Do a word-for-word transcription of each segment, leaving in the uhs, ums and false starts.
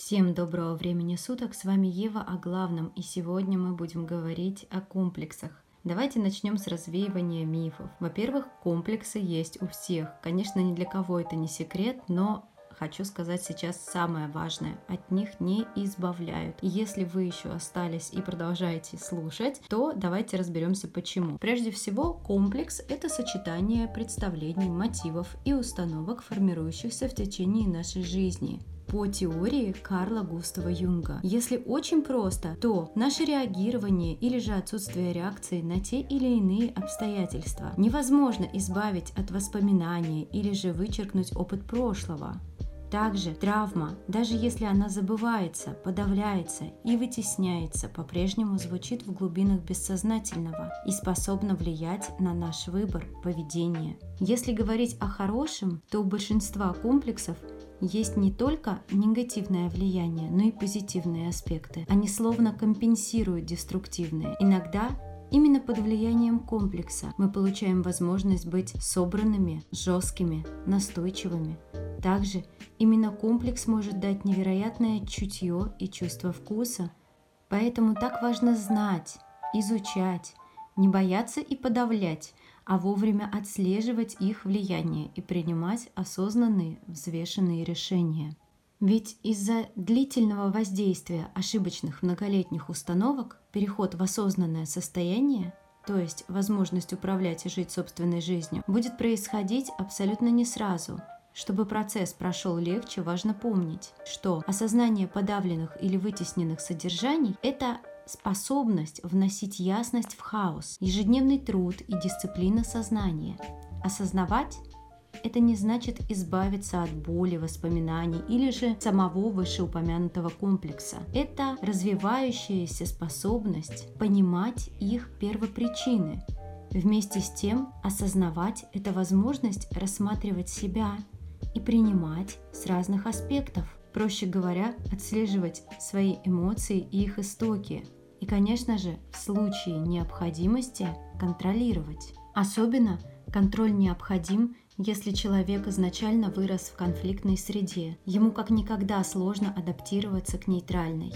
Всем доброго времени суток, с вами Ева о главном, и сегодня мы будем говорить о комплексах. Давайте начнем с развеивания мифов. Во-первых, комплексы есть у всех. Конечно, ни для кого это не секрет, но хочу сказать сейчас самое важное. От них не избавляют. И если вы еще остались и продолжаете слушать, то давайте разберемся почему. Прежде всего, комплекс – это сочетание представлений, мотивов и установок, формирующихся в течение нашей жизни. По теории Карла Густава Юнга. Если очень просто, то наше реагирование или же отсутствие реакции на те или иные обстоятельства невозможно избавить от воспоминания или же вычеркнуть опыт прошлого. Также травма, даже если она забывается, подавляется и вытесняется, по-прежнему звучит в глубинах бессознательного и способна влиять на наш выбор, поведение. Если говорить о хорошем, то у большинства комплексов есть не только негативное влияние, но и позитивные аспекты. Они словно компенсируют деструктивные. Иногда именно под влиянием комплекса мы получаем возможность быть собранными, жесткими, настойчивыми. Также именно комплекс может дать невероятное чутье и чувство вкуса. Поэтому так важно знать, изучать, не бояться и подавлять, а вовремя отслеживать их влияние и принимать осознанные, взвешенные решения. Ведь из-за длительного воздействия ошибочных многолетних установок переход в осознанное состояние, то есть возможность управлять и жить собственной жизнью, будет происходить абсолютно не сразу. Чтобы процесс прошел легче, важно помнить, что осознание подавленных или вытесненных содержаний – это способность вносить ясность в хаос, ежедневный труд и дисциплина сознания. Осознавать – это не значит избавиться от боли, воспоминаний или же самого вышеупомянутого комплекса. Это развивающаяся способность понимать их первопричины. Вместе с тем, осознавать – это возможность рассматривать себя и принимать с разных аспектов. Проще говоря, отслеживать свои эмоции и их истоки. И, конечно же, в случае необходимости контролировать. Особенно контроль необходим, если человек изначально вырос в конфликтной среде. Ему как никогда сложно адаптироваться к нейтральной.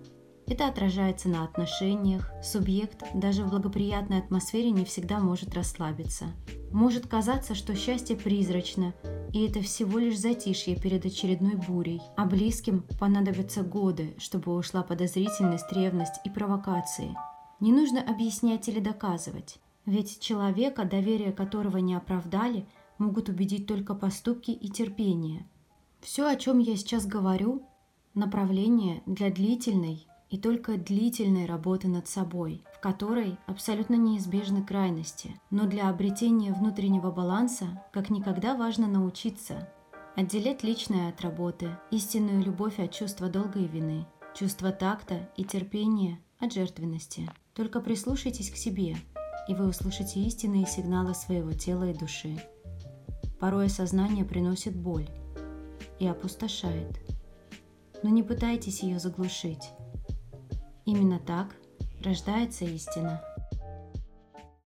Это отражается на отношениях. Субъект даже в благоприятной атмосфере не всегда может расслабиться. Может казаться, что счастье призрачно, и это всего лишь затишье перед очередной бурей, а близким понадобятся годы, чтобы ушла подозрительность, ревность и провокации. Не нужно объяснять или доказывать, ведь человека, доверие которого не оправдали, могут убедить только поступки и терпение. Все, о чем я сейчас говорю, направление для длительной и только длительной работы над собой, в которой абсолютно неизбежны крайности. Но для обретения внутреннего баланса как никогда важно научиться отделять личное от работы, истинную любовь от чувства долга и вины, чувство такта и терпения от жертвенности. Только прислушайтесь к себе, и вы услышите истинные сигналы своего тела и души. Порой осознание приносит боль и опустошает, но не пытайтесь ее заглушить. Именно так рождается истина.